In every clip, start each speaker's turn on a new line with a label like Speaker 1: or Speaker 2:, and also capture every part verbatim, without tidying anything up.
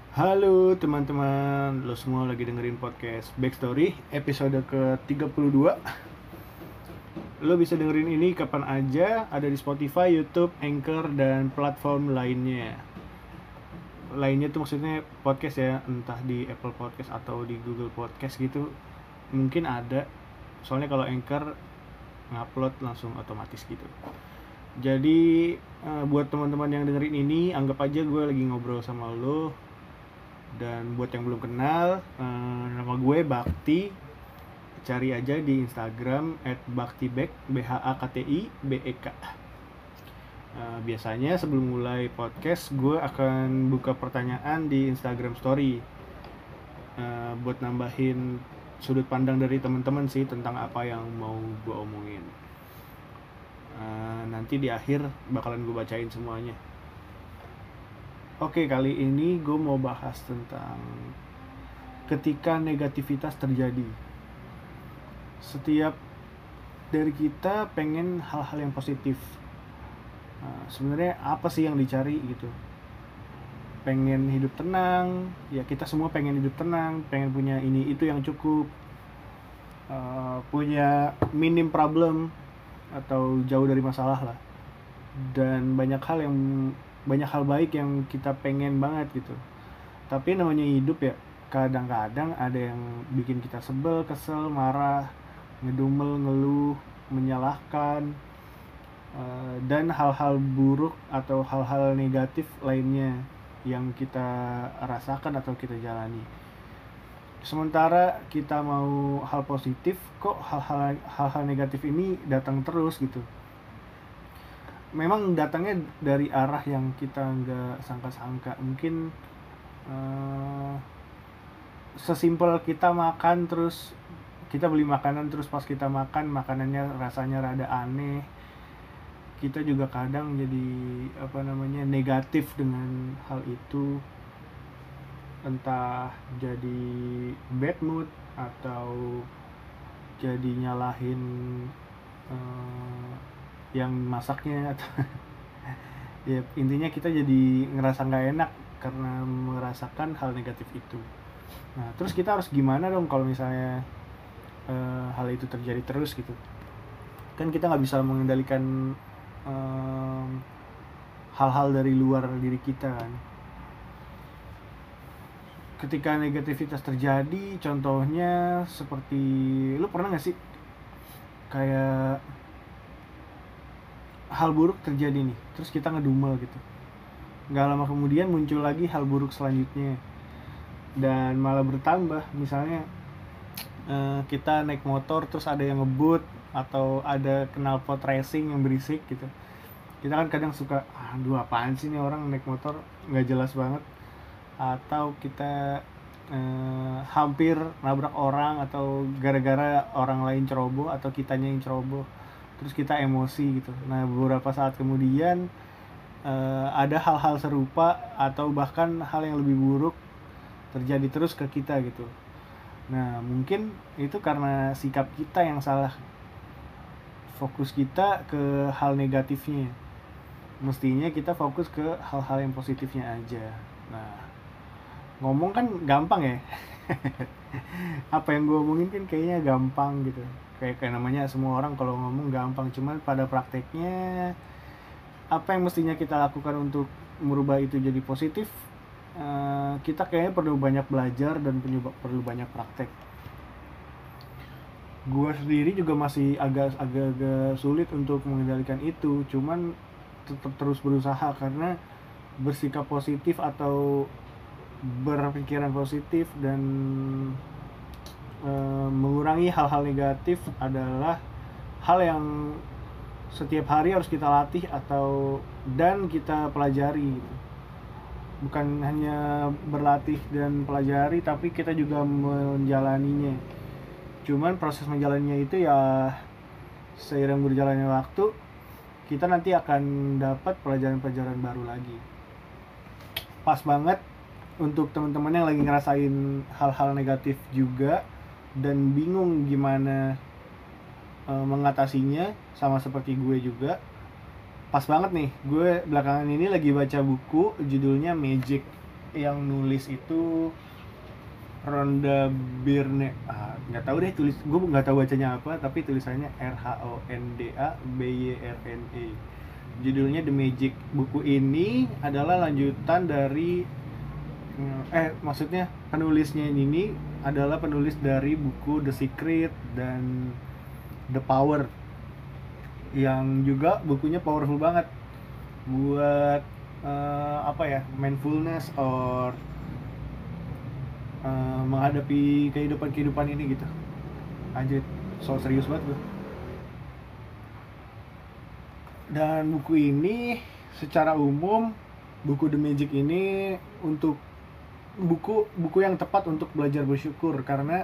Speaker 1: Halo teman-teman, lo semua lagi dengerin podcast Backstory episode ke tiga puluh dua. Lo bisa dengerin ini kapan aja, ada di Spotify, YouTube, Anchor, dan platform lainnya. Lainnya tuh maksudnya podcast ya, entah di Apple Podcast atau di Google Podcast gitu. Mungkin ada, soalnya kalau Anchor ngupload langsung otomatis gitu. Jadi uh, buat teman-teman yang dengerin ini, anggap aja gue lagi ngobrol sama lo. Dan buat yang belum kenal, uh, nama gue Bakti. Cari aja di Instagram at baktibek, B H A K T I B E K. Uh, biasanya sebelum mulai podcast, gue akan buka pertanyaan di Instagram Story uh, buat nambahin sudut pandang dari teman-teman sih tentang apa yang mau gue omongin. Uh, nanti di akhir bakalan gue bacain semuanya. Oke, kali ini gue mau bahas tentang ketika negativitas terjadi. Setiap dari kita pengen hal-hal yang positif. Nah, sebenarnya apa sih yang dicari gitu? Pengen hidup tenang, ya kita semua pengen hidup tenang, pengen punya ini itu yang cukup, uh, punya minim problem atau jauh dari masalah lah. Dan banyak hal yang banyak hal baik yang kita pengen banget gitu. Tapi namanya hidup ya, kadang-kadang ada yang bikin kita sebel, kesel, marah, ngedumel, ngeluh, menyalahkan, uh, dan hal-hal buruk atau hal-hal negatif lainnya yang kita rasakan atau kita jalani. Sementara kita mau hal positif, kok hal-hal hal-hal negatif ini datang terus gitu. Memang datangnya dari arah yang kita nggak sangka-sangka. Mungkin uh, sesimpel kita makan terus kita beli makanan terus pas kita makan makanannya rasanya rada aneh, kita juga kadang jadi apa namanya negatif dengan hal itu, entah jadi bad mood atau jadi nyalahin uh, yang masaknya atau ya intinya kita jadi ngerasa nggak enak karena merasakan hal negatif itu. Nah terus kita harus gimana dong kalau misalnya uh, hal itu terjadi terus gitu? Kan kita nggak bisa mengendalikan um, hal-hal dari luar diri kita kan. Ketika negativitas terjadi, contohnya seperti lu pernah nggak sih kayak hal buruk terjadi nih, terus kita ngedumel gitu. Nggak lama kemudian muncul lagi hal buruk selanjutnya dan malah bertambah. Misalnya uh, kita naik motor terus ada yang ngebut atau ada knalpot racing yang berisik gitu. Kita kan kadang suka, aduh apaan sih nih orang naik motor nggak jelas banget. Atau kita uh, hampir nabrak orang atau gara-gara orang lain ceroboh atau kitanya yang ceroboh. Terus kita emosi gitu. Nah beberapa saat kemudian uh, ada hal-hal serupa atau bahkan hal yang lebih buruk terjadi terus ke kita gitu. Nah mungkin itu karena sikap kita yang salah, fokus kita ke hal negatifnya. Mestinya kita fokus ke hal-hal yang positifnya aja. Nah ngomong kan gampang ya. Apa yang gue omongin kan kayaknya gampang gitu, kayak kayak namanya semua orang kalau ngomong gampang, cuman pada prakteknya apa yang mestinya kita lakukan untuk merubah itu jadi positif, uh, kita kayaknya perlu banyak belajar dan perlu banyak praktek. Gue sendiri juga masih agak agak sulit untuk mengendalikan itu, cuman tetap terus berusaha karena bersikap positif atau berpikiran positif dan e, mengurangi hal-hal negatif adalah hal yang setiap hari harus kita latih atau dan kita pelajari gitu. Bukan hanya berlatih dan pelajari, tapi kita juga menjalaninya. Cuman proses menjalaninya itu ya seiring berjalannya waktu kita nanti akan dapat pelajaran-pelajaran baru lagi. Pas banget untuk teman-teman yang lagi ngerasain hal-hal negatif juga dan bingung gimana e, mengatasinya, sama seperti gue juga. Pas banget nih, gue belakangan ini lagi baca buku judulnya Magic. yang nulis itu Rhonda Byrne, ah nggak tahu deh tulis, gue nggak tahu bacanya apa, tapi tulisannya R H O N D A B Y R N E. Judulnya The Magic. Buku ini adalah lanjutan dari eh maksudnya penulisnya ini adalah penulis dari buku The Secret dan The Power, yang juga bukunya powerful banget buat uh, apa ya, mindfulness or uh, menghadapi kehidupan-kehidupan ini gitu. Anjir, so serius banget gue. Dan buku ini secara umum, buku The Magic ini untuk buku buku yang tepat untuk belajar bersyukur, karena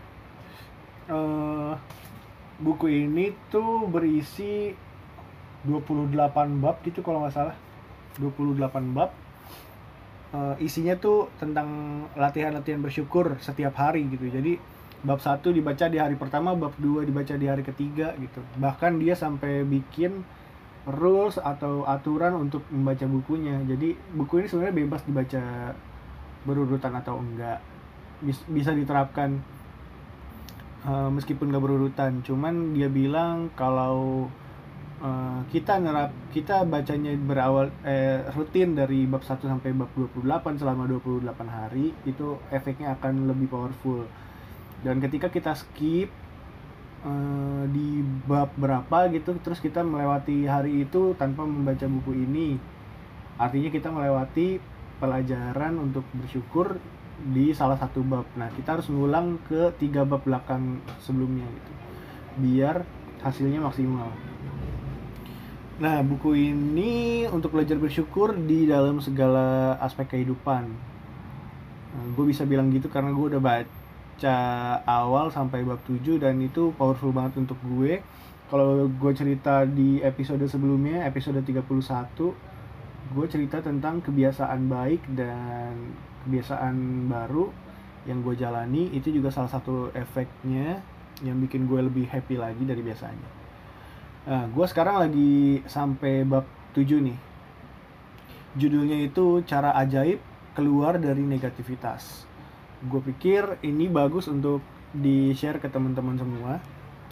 Speaker 1: uh, buku ini tuh berisi dua puluh delapan bab gitu kalau nggak salah, dua puluh delapan bab. Uh, isinya tuh tentang latihan-latihan bersyukur setiap hari gitu. Jadi bab satu dibaca di hari pertama, bab dua dibaca di hari ketiga gitu. Bahkan dia sampai bikin rules atau aturan untuk membaca bukunya. Jadi buku ini sebenarnya bebas dibaca berurutan atau enggak, bisa diterapkan uh, meskipun nggak berurutan. Cuman dia bilang kalau uh, kita nerap kita bacanya berawal eh, rutin dari bab satu sampai bab dua puluh delapan selama dua puluh delapan hari, itu efeknya akan lebih powerful. Dan ketika kita skip uh, di bab berapa gitu, terus kita melewati hari itu tanpa membaca buku ini, artinya kita melewati pelajaran untuk bersyukur di salah satu bab. Nah, kita harus ngulang ke tiga bab belakang sebelumnya gitu, biar hasilnya maksimal. Nah, buku ini untuk belajar bersyukur di dalam segala aspek kehidupan. Nah, gue bisa bilang gitu karena gue udah baca awal sampai bab tujuh dan itu powerful banget untuk gue. Kalau gue cerita di episode sebelumnya, episode tiga puluh satu, gue cerita tentang kebiasaan baik dan kebiasaan baru yang gue jalani. Itu juga salah satu efeknya yang bikin gue lebih happy lagi dari biasanya. Nah, gue sekarang lagi sampai bab tujuh nih. Judulnya itu Cara Ajaib Keluar dari Negativitas. Gue pikir ini bagus untuk di-share ke teman-teman semua.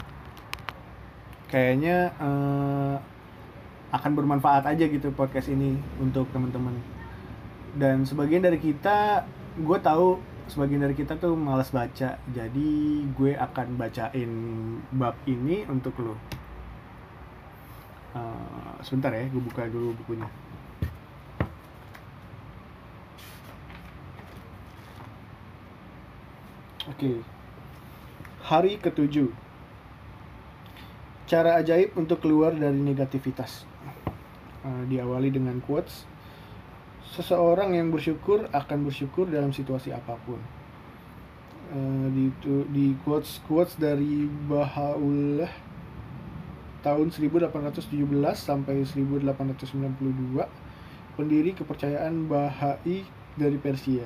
Speaker 1: Kayaknya eh, akan bermanfaat aja gitu podcast ini untuk teman-teman. Dan sebagian dari kita, gue tahu sebagian dari kita tuh malas baca, jadi gue akan bacain bab ini untuk lo. Uh, sebentar ya, gue buka dulu bukunya. Oke, okay. Hari ketujuh. Cara ajaib untuk keluar dari negativitas. Uh, diawali dengan quotes. Seseorang yang bersyukur akan bersyukur dalam situasi apapun. Uh, di, di quotes quotes dari Baha'u'llah tahun seribu delapan ratus tujuh belas sampai seribu delapan ratus sembilan puluh dua, pendiri kepercayaan Baha'i dari Persia.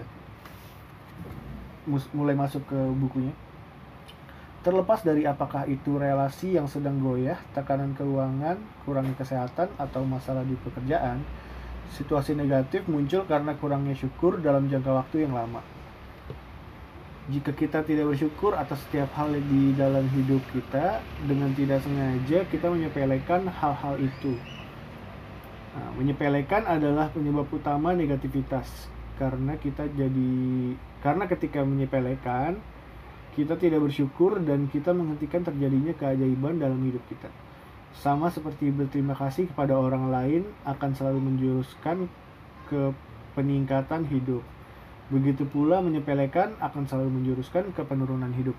Speaker 1: Mus, mulai masuk ke bukunya. Terlepas dari apakah itu relasi yang sedang goyah, tekanan keuangan, kurangnya kesehatan, atau masalah di pekerjaan, situasi negatif muncul karena kurangnya syukur dalam jangka waktu yang lama. Jika kita tidak bersyukur atas setiap hal di dalam hidup kita, dengan tidak sengaja kita menyepelekan hal-hal itu. Nah, menyepelekan adalah penyebab utama negativitas, karena kita jadi karena ketika menyepelekan, kita tidak bersyukur dan kita menghentikan terjadinya keajaiban dalam hidup kita. Sama seperti berterima kasih kepada orang lain akan selalu menjuruskan ke peningkatan hidup. Begitu pula menyepelekan akan selalu menjuruskan ke penurunan hidup.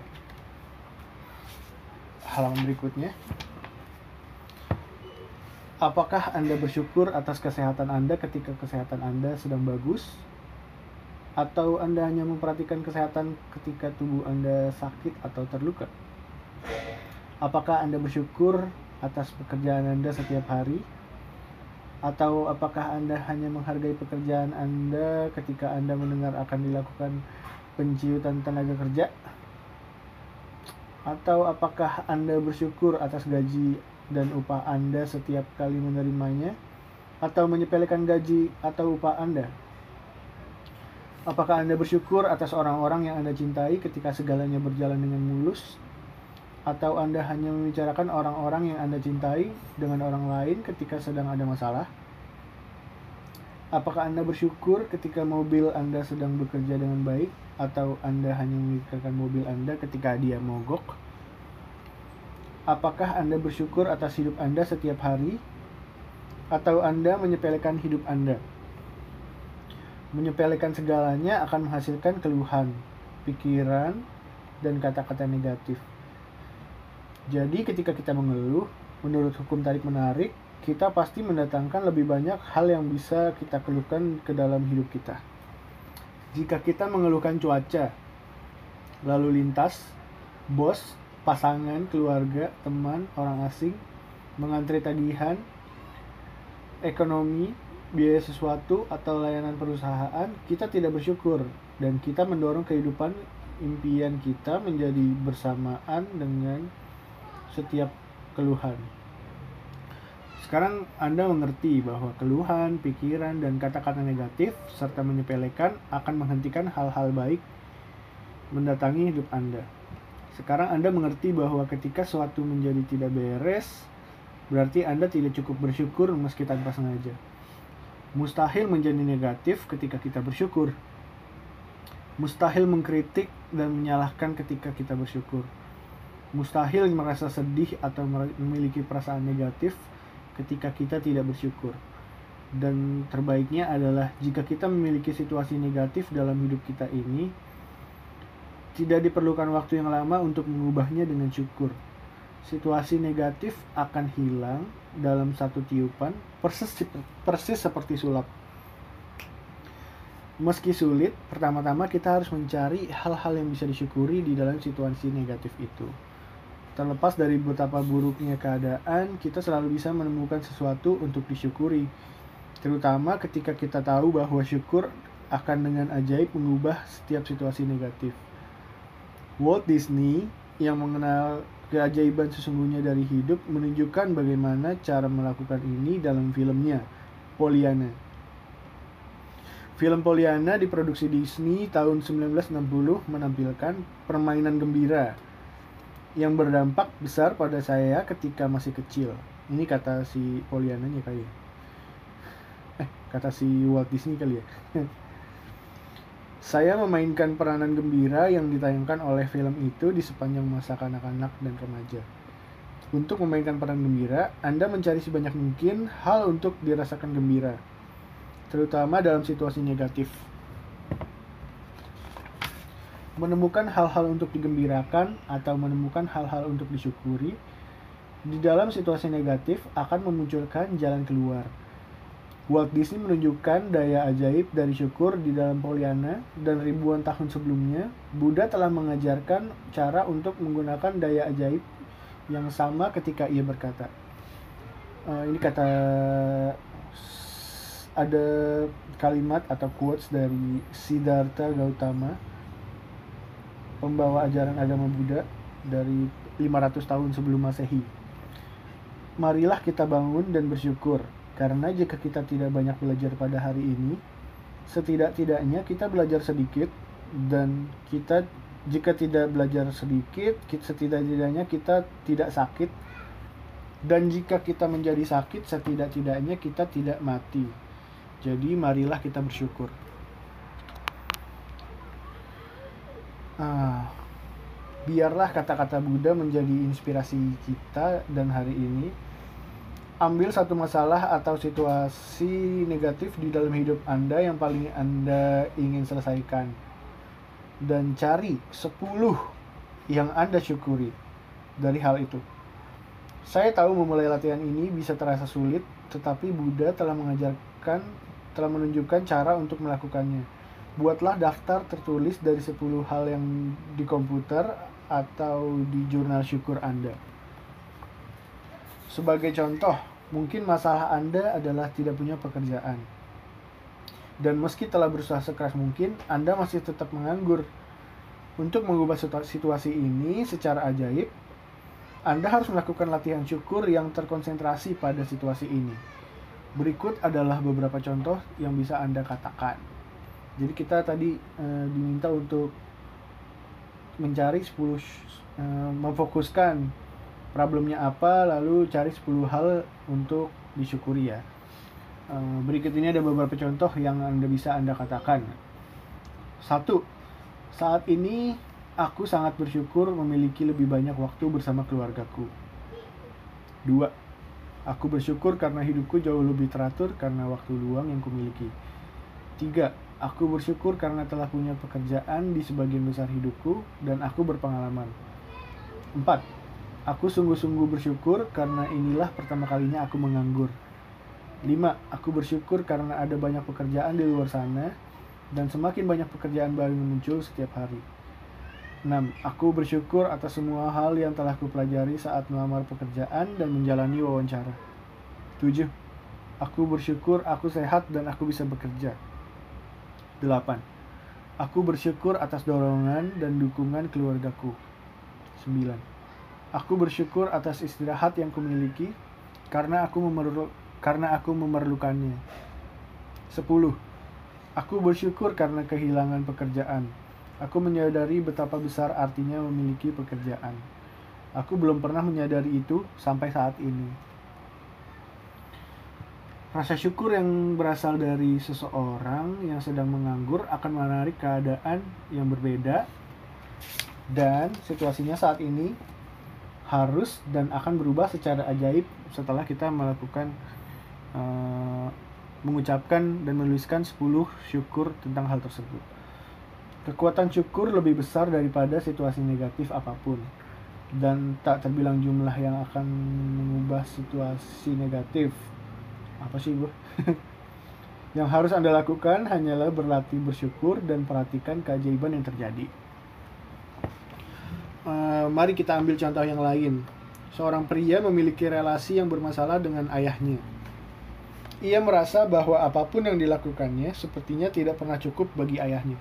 Speaker 1: Halaman berikutnya. Apakah Anda bersyukur atas kesehatan Anda ketika kesehatan Anda sedang bagus? Atau Anda hanya memperhatikan kesehatan ketika tubuh Anda sakit atau terluka? Apakah Anda bersyukur atas pekerjaan Anda setiap hari? Atau apakah Anda hanya menghargai pekerjaan Anda ketika Anda mendengar akan dilakukan penciutan tenaga kerja? Atau apakah Anda bersyukur atas gaji dan upah Anda setiap kali menerimanya? Atau menyepelekan gaji atau upah Anda? Apakah Anda bersyukur atas orang-orang yang Anda cintai ketika segalanya berjalan dengan mulus? Atau Anda hanya membicarakan orang-orang yang Anda cintai dengan orang lain ketika sedang ada masalah? Apakah Anda bersyukur ketika mobil Anda sedang bekerja dengan baik? Atau Anda hanya memikirkan mobil Anda ketika dia mogok? Apakah Anda bersyukur atas hidup Anda setiap hari? Atau Anda menyepelekan hidup Anda? Menyepelekan segalanya akan menghasilkan keluhan, pikiran, dan kata-kata negatif. Jadi ketika kita mengeluh, menurut hukum tarik-menarik, kita pasti mendatangkan lebih banyak hal yang bisa kita keluhkan ke dalam hidup kita. Jika kita mengeluhkan cuaca, lalu lintas, bos, pasangan, keluarga, teman, orang asing, mengantre tagihan, ekonomi, biaya sesuatu, atau layanan perusahaan, kita tidak bersyukur dan kita mendorong kehidupan impian kita menjadi bersamaan dengan setiap keluhan. Sekarang Anda mengerti bahwa keluhan, pikiran, dan kata-kata negatif serta menyepelekan akan menghentikan hal-hal baik mendatangi hidup Anda. Sekarang Anda mengerti bahwa ketika sesuatu menjadi tidak beres, berarti Anda tidak cukup bersyukur meski tanpa sengaja. Mustahil menjadi negatif ketika kita bersyukur. Mustahil mengkritik dan menyalahkan ketika kita bersyukur. Mustahil merasa sedih atau memiliki perasaan negatif ketika kita tidak bersyukur. Dan terbaiknya adalah jika kita memiliki situasi negatif dalam hidup kita ini, tidak diperlukan waktu yang lama untuk mengubahnya dengan syukur. Situasi negatif akan hilang dalam satu tiupan, persis, persis seperti sulap. Meski sulit, pertama-tama kita harus mencari hal-hal yang bisa disyukuri di dalam situasi negatif itu. Terlepas dari betapa buruknya keadaan, kita selalu bisa menemukan sesuatu untuk disyukuri. Terutama ketika kita tahu bahwa syukur akan dengan ajaib mengubah setiap situasi negatif. Walt Disney yang mengenal keajaiban sesungguhnya dari hidup menunjukkan bagaimana cara melakukan ini dalam filmnya, Pollyanna. Film Pollyanna diproduksi Disney tahun sembilan belas enam puluh menampilkan permainan gembira yang berdampak besar pada saya ketika masih kecil. Ini kata si Pollyanna-nya kali ya. Eh, kata si Walt Disney kali ya. Saya memainkan peranan gembira yang ditayangkan oleh film itu di sepanjang masa kanak-kanak dan remaja. Untuk memainkan peran gembira, Anda mencari sebanyak mungkin hal untuk dirasakan gembira, terutama dalam situasi negatif. Menemukan hal-hal untuk digembirakan atau menemukan hal-hal untuk disyukuri di dalam situasi negatif akan memunculkan jalan keluar. Walt Disney menunjukkan daya ajaib dari syukur di dalam Pollyanna, dan ribuan tahun sebelumnya, Buddha telah mengajarkan cara untuk menggunakan daya ajaib yang sama ketika ia berkata. Uh, ini kata, ada kalimat atau quotes dari Siddhartha Gautama, pembawa ajaran agama Buddha dari lima ratus tahun sebelum Masehi. Marilah kita bangun dan bersyukur. Karena jika kita tidak banyak belajar pada hari ini, setidak-tidaknya kita belajar sedikit, dan kita jika tidak belajar sedikit, setidak-tidaknya kita tidak sakit, dan jika kita menjadi sakit, setidak-tidaknya kita tidak mati. Jadi marilah kita bersyukur. Ah, biarlah kata-kata Buddha menjadi inspirasi kita dan hari ini. Ambil satu masalah atau situasi negatif di dalam hidup Anda yang paling Anda ingin selesaikan, dan cari sepuluh yang Anda syukuri dari hal itu. Saya tahu memulai latihan ini bisa terasa sulit, tetapi Buddha telah mengajarkan, telah menunjukkan cara untuk melakukannya. Buatlah daftar tertulis dari sepuluh hal yang di komputer atau di jurnal syukur Anda. Sebagai contoh, mungkin masalah Anda adalah tidak punya pekerjaan. Dan meski telah berusaha sekeras mungkin, Anda masih tetap menganggur. Untuk mengubah situasi ini secara ajaib, Anda harus melakukan latihan syukur yang terkonsentrasi pada situasi ini. Berikut adalah beberapa contoh yang bisa Anda katakan. Jadi kita tadi uh, diminta untuk mencari sepuluh uh, memfokuskan problemnya apa, lalu cari sepuluh hal untuk disyukuri ya. Uh, berikut ini ada beberapa contoh yang Anda bisa Anda katakan. Satu, saat ini aku sangat bersyukur memiliki lebih banyak waktu bersama keluargaku. Dua, aku bersyukur karena hidupku jauh lebih teratur karena waktu luang yang kumiliki. Tiga, aku bersyukur karena telah punya pekerjaan di sebagian besar hidupku dan aku berpengalaman. Empat, aku sungguh-sungguh bersyukur karena inilah pertama kalinya aku menganggur. Lima, aku bersyukur karena ada banyak pekerjaan di luar sana dan semakin banyak pekerjaan baru muncul setiap hari. Enam, aku bersyukur atas semua hal yang telah kupelajari saat melamar pekerjaan dan menjalani wawancara. Tujuh, aku bersyukur aku sehat dan aku bisa bekerja. Delapan, aku bersyukur atas dorongan dan dukungan keluargaku. Sembilan, aku bersyukur atas istirahat yang kumiliki karena aku memerlu karena aku memerlukannya. Sepuluh, aku bersyukur karena kehilangan pekerjaan. Aku menyadari betapa besar artinya memiliki pekerjaan. Aku belum pernah menyadari itu sampai saat ini. Rasa syukur yang berasal dari seseorang yang sedang menganggur akan menarik keadaan yang berbeda, dan situasinya saat ini harus dan akan berubah secara ajaib setelah kita melakukan uh, mengucapkan dan menuliskan sepuluh syukur tentang hal tersebut. Kekuatan syukur lebih besar daripada situasi negatif apapun, dan tak terbilang jumlah yang akan mengubah situasi negatif. Apa sih gue? Yang harus Anda lakukan hanyalah berlatih bersyukur dan perhatikan keajaiban yang terjadi. Uh, mari kita ambil contoh yang lain. Seorang pria memiliki relasi yang bermasalah dengan ayahnya. Ia merasa bahwa apapun yang dilakukannya sepertinya tidak pernah cukup bagi ayahnya.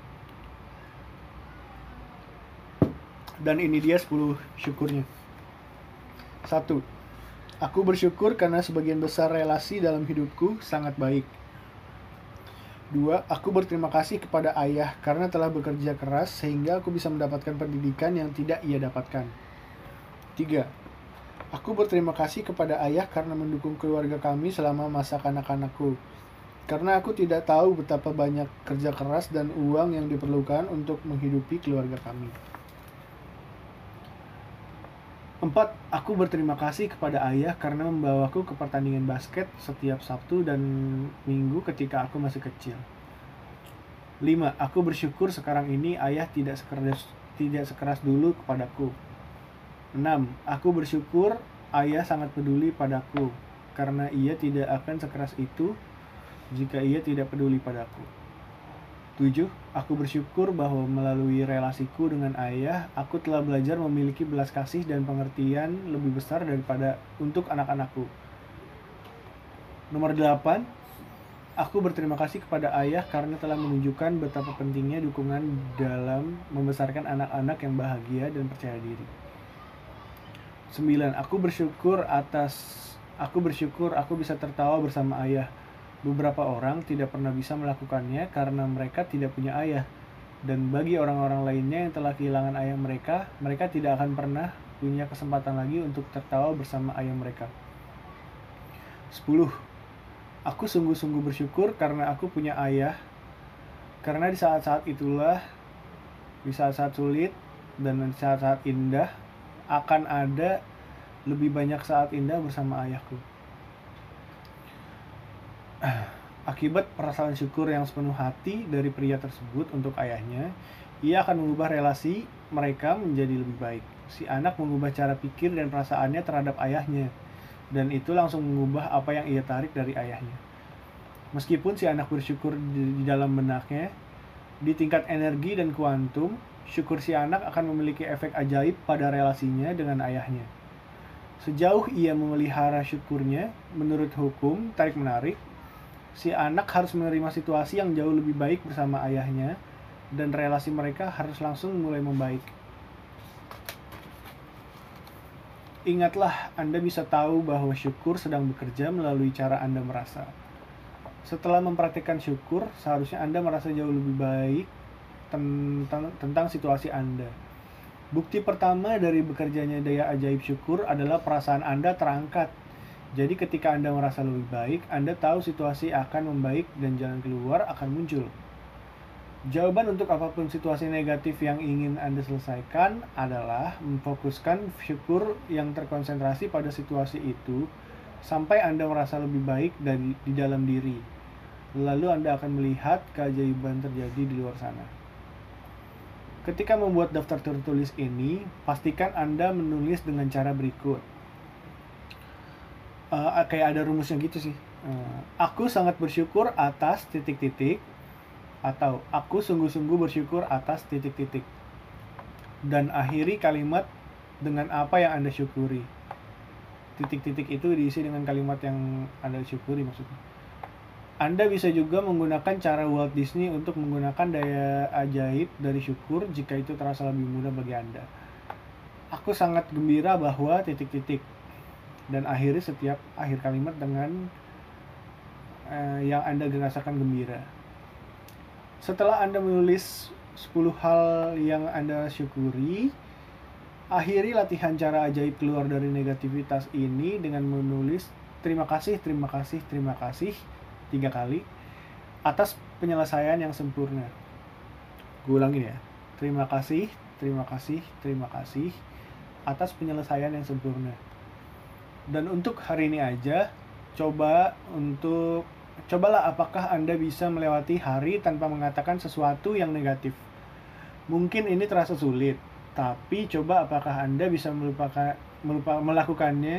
Speaker 1: Dan ini dia sepuluh syukurnya. Satu, aku bersyukur karena sebagian besar relasi dalam hidupku sangat baik. Dua, aku berterima kasih kepada ayah karena telah bekerja keras sehingga aku bisa mendapatkan pendidikan yang tidak ia dapatkan. Tiga, aku berterima kasih kepada ayah karena mendukung keluarga kami selama masa kanak-kanakku. Karena aku tidak tahu betapa banyak kerja keras dan uang yang diperlukan untuk menghidupi keluarga kami. Empat, aku berterima kasih kepada ayah karena membawaku ke pertandingan basket setiap Sabtu dan Minggu ketika aku masih kecil. Lima, aku bersyukur sekarang ini ayah tidak sekeras, tidak sekeras dulu kepadaku. Enam, aku bersyukur ayah sangat peduli padaku karena ia tidak akan sekeras itu jika ia tidak peduli padaku. Tujuh, aku bersyukur bahwa melalui relasiku dengan ayah, aku telah belajar memiliki belas kasih dan pengertian lebih besar daripada untuk anak-anakku. Nomor delapan, aku berterima kasih kepada ayah karena telah menunjukkan betapa pentingnya dukungan dalam membesarkan anak-anak yang bahagia dan percaya diri. Sembilan, aku bersyukur atas aku bersyukur aku bisa tertawa bersama ayah. Beberapa orang tidak pernah bisa melakukannya karena mereka tidak punya ayah. Dan bagi orang-orang lainnya yang telah kehilangan ayah mereka, mereka tidak akan pernah punya kesempatan lagi untuk tertawa bersama ayah mereka. Sepuluh, aku sungguh-sungguh bersyukur karena aku punya ayah. Karena di saat-saat itulah, di saat-saat sulit dan di saat-saat indah, akan ada lebih banyak saat indah bersama ayahku. Akibat perasaan syukur yang sepenuh hati dari pria tersebut untuk ayahnya, ia akan mengubah relasi mereka menjadi lebih baik. Si anak mengubah cara pikir dan perasaannya terhadap ayahnya, dan itu langsung mengubah apa yang ia tarik dari ayahnya. Meskipun si anak bersyukur di dalam benaknya, di tingkat energi dan kuantum, syukur si anak akan memiliki efek ajaib pada relasinya dengan ayahnya. Sejauh ia memelihara syukurnya, menurut hukum tarik-menarik, si anak harus menerima situasi yang jauh lebih baik bersama ayahnya, dan relasi mereka harus langsung mulai membaik. Ingatlah, Anda bisa tahu bahwa syukur sedang bekerja melalui cara Anda merasa. Setelah mempraktikkan syukur, seharusnya Anda merasa jauh lebih baik tentang, tentang situasi Anda. Bukti pertama dari bekerjanya daya ajaib syukur adalah perasaan Anda terangkat. Jadi ketika Anda merasa lebih baik, Anda tahu situasi akan membaik dan jalan keluar akan muncul. Jawaban untuk apapun situasi negatif yang ingin Anda selesaikan adalah memfokuskan syukur yang terkonsentrasi pada situasi itu sampai Anda merasa lebih baik dari di dalam diri. Lalu Anda akan melihat keajaiban terjadi di luar sana. Ketika membuat daftar tertulis ini, pastikan Anda menulis dengan cara berikut. Uh, kayak ada rumusnya gitu sih. Uh, aku sangat bersyukur atas titik-titik, atau aku sungguh-sungguh bersyukur atas titik-titik. Dan akhiri kalimat dengan apa yang Anda syukuri. Titik-titik itu diisi dengan kalimat yang Anda syukuri maksudnya. Anda bisa juga menggunakan cara Walt Disney untuk menggunakan daya ajaib dari syukur jika itu terasa lebih mudah bagi Anda. Aku sangat gembira bahwa titik-titik. Dan akhiri setiap akhir kalimat dengan uh, yang Anda rasakan gembira. Setelah Anda menulis sepuluh hal yang Anda syukuri, akhiri latihan cara ajaib keluar dari negativitas ini dengan menulis terima kasih, terima kasih, terima kasih tiga kali atas penyelesaian yang sempurna. Gue ulangin ya. Terima kasih, terima kasih, terima kasih atas penyelesaian yang sempurna. Dan untuk hari ini aja, coba untuk Cobalah apakah Anda bisa melewati hari tanpa mengatakan sesuatu yang negatif. Mungkin ini terasa sulit, tapi coba apakah Anda bisa melupakan, melupa, melakukannya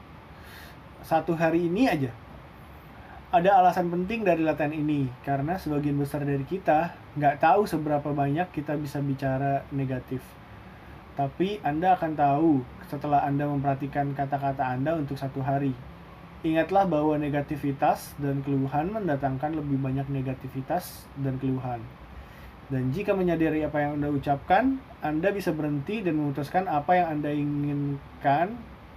Speaker 1: satu hari ini aja. Ada alasan penting dari latihan ini, karena sebagian besar dari kita nggak tahu seberapa banyak kita bisa bicara negatif. Tapi Anda akan tahu setelah Anda memperhatikan kata-kata Anda untuk satu hari. Ingatlah bahwa negativitas dan keluhan mendatangkan lebih banyak negativitas dan keluhan. Dan jika menyadari apa yang Anda ucapkan, Anda bisa berhenti dan memutuskan apa yang Anda inginkan.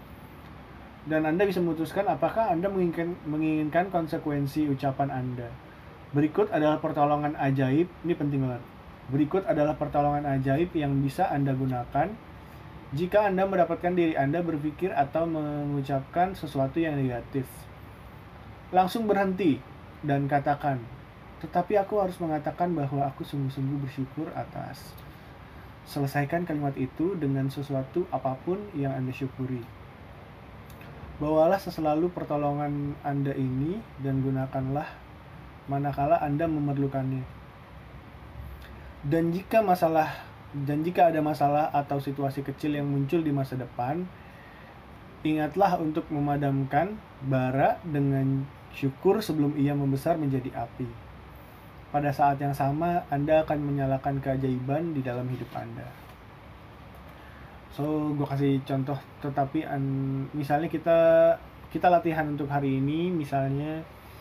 Speaker 1: Dan Anda bisa memutuskan apakah Anda menginginkan, menginginkan konsekuensi ucapan Anda. Berikut adalah pertolongan ajaib, ini penting banget. Berikut adalah pertolongan ajaib yang bisa Anda gunakan jika Anda mendapatkan diri Anda berpikir atau mengucapkan sesuatu yang negatif. Langsung berhenti dan katakan, tetapi aku harus mengatakan bahwa aku sungguh-sungguh bersyukur atas. Selesaikan kalimat itu dengan sesuatu apapun yang Anda syukuri. Bawalah selalu pertolongan Anda ini dan gunakanlah manakala Anda memerlukannya. Dan jika masalah Dan jika ada masalah atau situasi kecil yang muncul di masa depan, ingatlah untuk memadamkan bara dengan syukur sebelum ia membesar menjadi api. Pada saat yang sama, Anda akan menyalakan keajaiban di dalam hidup Anda. So, gue kasih contoh, tetapi an, misalnya kita kita latihan untuk hari ini, misalnya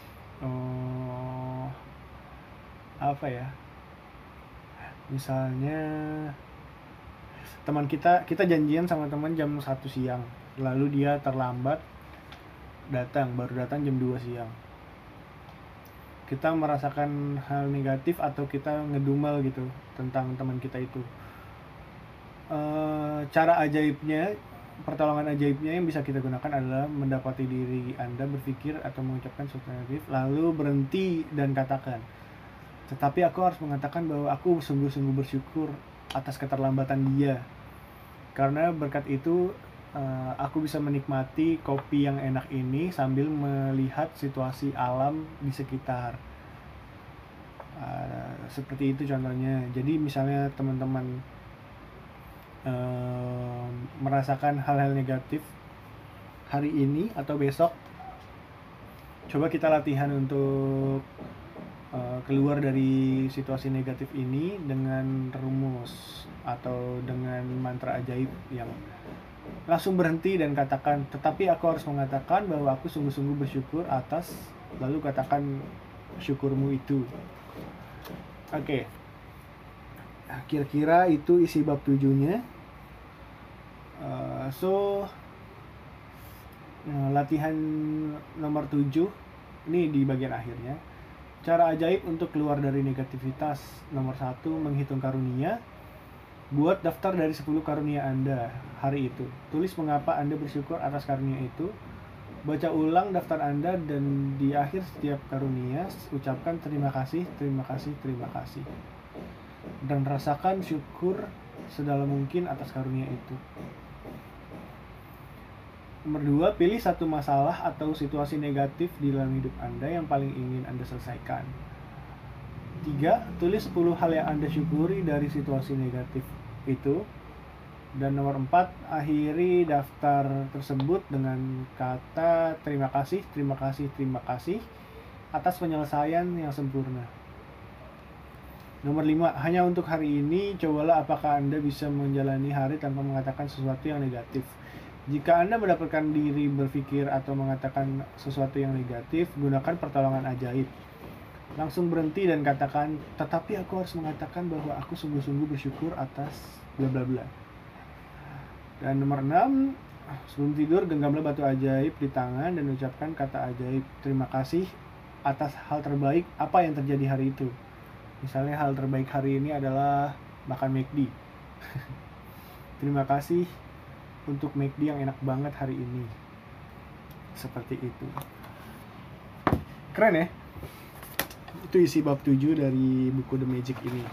Speaker 1: uh, apa ya? Misalnya teman kita kita janjian sama teman jam satu siang, lalu dia terlambat datang, baru datang jam dua siang. Kita merasakan hal negatif atau kita ngedumel gitu tentang teman kita itu. E, cara ajaibnya, pertolongan ajaibnya yang bisa kita gunakan adalah mendapati diri Anda berpikir atau mengucapkan sesuatu negatif, lalu berhenti dan katakan, tetapi aku harus mengatakan bahwa aku sungguh-sungguh bersyukur atas keterlambatan dia. Karena berkat itu uh, aku bisa menikmati kopi yang enak ini sambil melihat situasi alam di sekitar. Uh, seperti itu contohnya. Jadi misalnya teman-teman uh, merasakan hal-hal negatif hari ini atau besok, coba kita latihan untuk Uh, keluar dari situasi negatif ini dengan rumus atau dengan mantra ajaib yang langsung berhenti dan katakan, tetapi aku harus mengatakan bahwa aku sungguh-sungguh bersyukur atas, lalu katakan syukurmu itu. Oke, okay. Kira-kira itu isi bab tujuhnya. uh, so uh, latihan nomor tujuh ini di bagian akhirnya. Cara ajaib untuk keluar dari negativitas. Nomor satu, menghitung karunia. Buat daftar dari sepuluh karunia Anda hari itu. Tulis mengapa Anda bersyukur atas karunia itu. Baca ulang daftar Anda dan di akhir setiap karunia ucapkan terima kasih, terima kasih, terima kasih. Dan rasakan syukur sedalam mungkin atas karunia itu. Nomor dua, pilih satu masalah atau situasi negatif di dalam hidup Anda yang paling ingin Anda selesaikan. Tiga, tulis sepuluh hal yang Anda syukuri dari situasi negatif itu. Dan nomor empat, akhiri daftar tersebut dengan kata terima kasih, terima kasih, terima kasih atas penyelesaian yang sempurna. Nomor lima, hanya untuk hari ini, cobalah apakah Anda bisa menjalani hari tanpa mengatakan sesuatu yang negatif. Jika Anda mendapatkan diri berpikir atau mengatakan sesuatu yang negatif, gunakan pertolongan ajaib. Langsung berhenti dan katakan, tetapi aku harus mengatakan bahwa aku sungguh-sungguh bersyukur atas bla bla bla. Dan nomor enam, sebelum tidur genggamlah batu ajaib di tangan dan ucapkan kata ajaib. Terima kasih atas hal terbaik apa yang terjadi hari itu. Misalnya hal terbaik hari ini adalah makan McD. Terima kasih untuk McD yang enak banget hari ini. Seperti itu. Keren ya? Itu isi bab tujuh dari buku The Magic ini.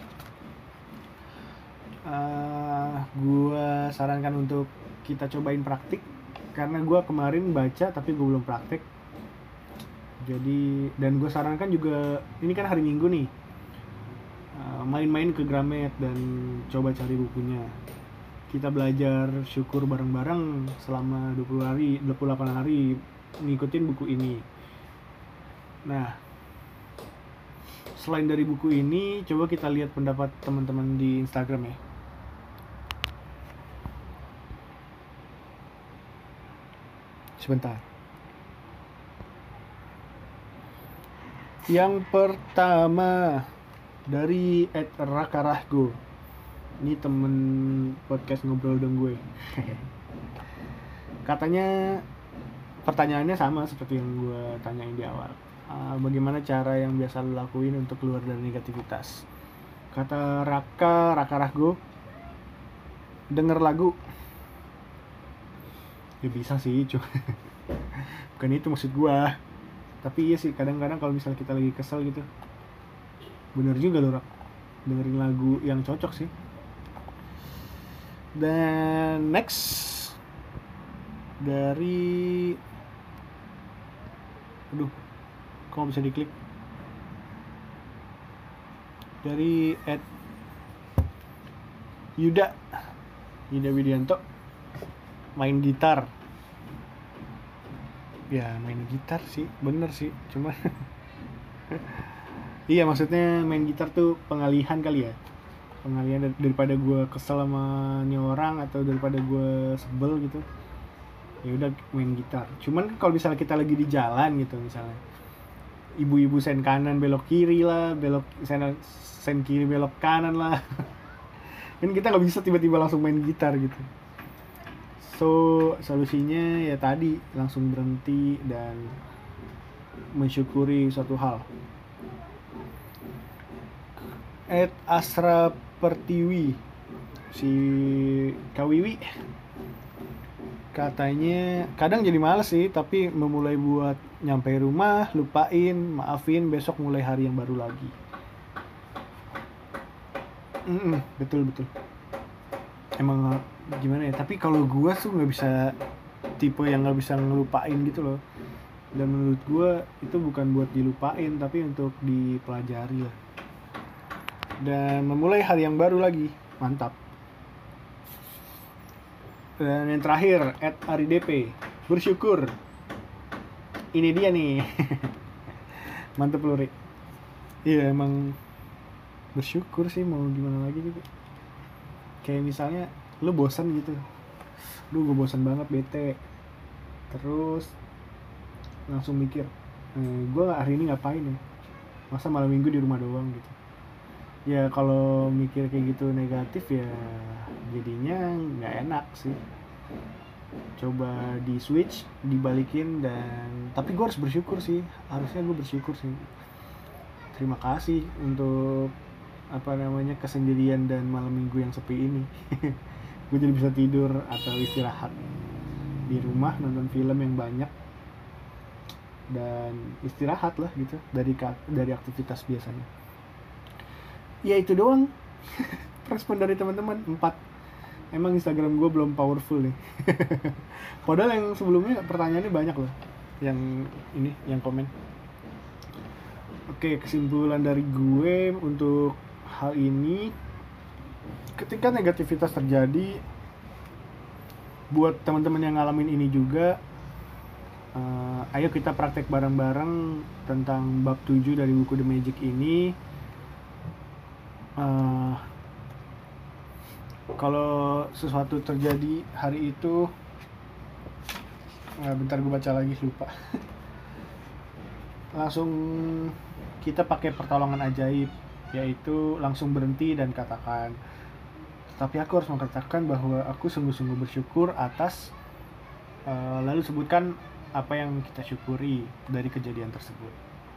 Speaker 1: Uh, gua sarankan untuk kita cobain praktik. Karena gua kemarin baca tapi gua belum praktik. Jadi, dan gua sarankan juga, ini kan hari Minggu nih, uh, main-main ke Gramet dan coba cari bukunya. Kita belajar syukur bareng-bareng selama dua puluh hari, dua puluh delapan hari ngikutin buku ini. Nah, selain dari buku ini, coba kita lihat pendapat teman-teman di Instagram ya. Sebentar. Yang pertama dari et rakarahgo. Ini temen podcast ngobrol dong gue. Katanya pertanyaannya sama seperti yang gue tanyain di awal. Uh, bagaimana cara yang biasa lo lakuin untuk keluar dari negativitas? Kata Raka, Raka Rahgo, denger lagu. Ya bisa sih, cuma bukan itu maksud gue. Tapi iya sih, kadang-kadang kalau misalnya kita lagi kesel gitu, bener juga lo Rak, dengerin lagu yang cocok sih. Dan next dari, aduh, kok bisa diklik? Dari at Yuda, Yuda Widianto, main gitar. Ya main gitar sih, bener sih, cuma iya maksudnya main gitar tuh pengalihan kali ya. Pengalihan daripada gue kesel sama nih orang atau daripada gue sebel gitu, ya udah main gitar. Cuman kalau misalnya kita lagi di jalan gitu, misalnya ibu-ibu sen kanan belok kiri lah, belok sen, sen kiri belok kanan lah kan kita nggak bisa tiba-tiba langsung main gitar gitu. So solusinya ya tadi, langsung berhenti dan mensyukuri suatu hal. At Asra Pertiwi, si Kawiwi, katanya kadang jadi males sih, tapi memulai buat nyampe rumah, lupain, maafin, besok mulai hari yang baru lagi. Mm-mm, betul betul. Emang gimana ya? Tapi kalau gue tuh nggak bisa, tipe yang nggak bisa ngelupain gitu loh. Dan menurut gue itu bukan buat dilupain, tapi untuk dipelajari lah. Dan memulai hari yang baru lagi, mantap. Dan yang terakhir, at aridp, bersyukur. Ini dia nih. Mantap loh, Rik. Iya emang bersyukur sih, mau gimana lagi gitu. Kayak misalnya lu bosan gitu, Duh gue bosan banget, bete. Terus langsung mikir, eh, gue hari ini ngapain ya? Masa malam minggu di rumah doang gitu. Ya kalau mikir kayak gitu negatif ya jadinya nggak enak sih. Coba di switch, dibalikin, dan tapi gue harus bersyukur sih. Harusnya gue bersyukur sih. terima kasih untuk apa namanya kesendirian dan malam minggu yang sepi ini. Gue jadi bisa tidur atau istirahat di rumah, nonton film yang banyak dan istirahat lah gitu dari dari aktivitas biasanya. Ya itu doang. Respon dari teman-teman empat. Emang Instagram gue belum powerful nih. Padahal yang sebelumnya pertanyaannya banyak loh. Yang ini, yang komen. Oke, kesimpulan dari gue untuk hal ini, ketika negativitas terjadi, buat teman-teman yang ngalamin ini juga, uh, ayo kita praktek bareng-bareng tentang bab tujuh dari buku The Magic ini. Uh, kalau sesuatu terjadi hari itu, nah, bentar gue baca lagi, lupa. Langsung kita pakai pertolongan ajaib, yaitu langsung berhenti dan katakan, tapi aku harus mengatakan bahwa aku sungguh-sungguh bersyukur atas, uh, lalu sebutkan apa yang kita syukuri dari kejadian tersebut.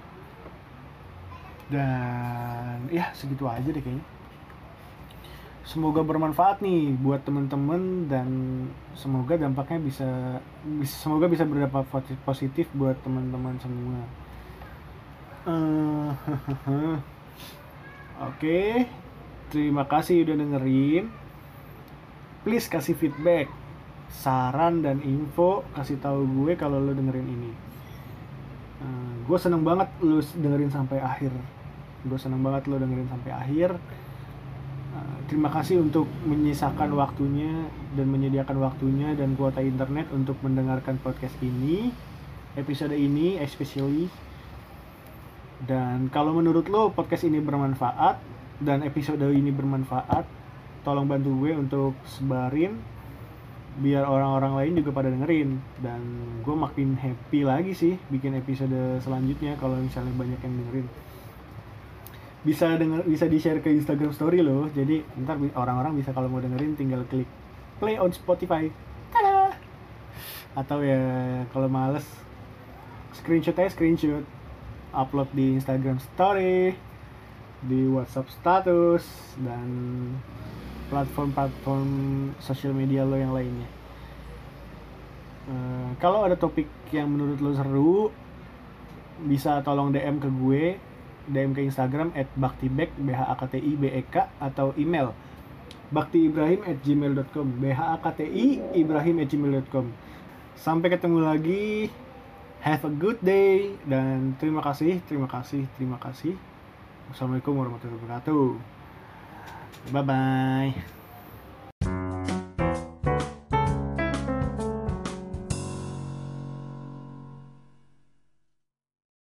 Speaker 1: Dan ya segitu aja deh kayaknya. Semoga bermanfaat nih buat teman-teman dan semoga dampaknya bisa, bisa semoga bisa berdampak positif buat teman-teman semua. Uh, Oke, okay. Terima kasih udah dengerin. Please kasih feedback, saran dan info, kasih tahu gue kalau lo dengerin ini. Uh, gue seneng banget lo dengerin sampai akhir. Gue seneng banget lo dengerin sampai akhir. Uh, terima kasih untuk menyisakan waktunya dan menyediakan waktunya dan kuota internet untuk mendengarkan podcast ini, episode ini especially. Dan kalau menurut lo podcast ini bermanfaat dan episode ini bermanfaat, tolong bantu gue untuk sebarin biar orang-orang lain juga pada dengerin. Dan gue makin happy lagi sih bikin episode selanjutnya kalau misalnya banyak yang dengerin. Bisa denger, bisa di-share ke Instagram story loh. Jadi ntar orang-orang bisa kalau mau dengerin tinggal klik play on Spotify. Tada! Atau ya kalau males screenshot aja screenshot. Upload di Instagram story, di WhatsApp status, dan platform-platform sosial media lo yang lainnya. Uh, kalau ada topik yang menurut lo seru, bisa tolong D M ke gue, D M ke Instagram at baktibek, B H A K T I B E K, atau email baktiibrahim at gmail dot com, B H A K T I ibrahim at gmail dot com. Sampai ketemu lagi. Have a good day dan terima kasih, terima kasih, terima kasih. Wassalamualaikum warahmatullahi wabarakatuh. Bye bye.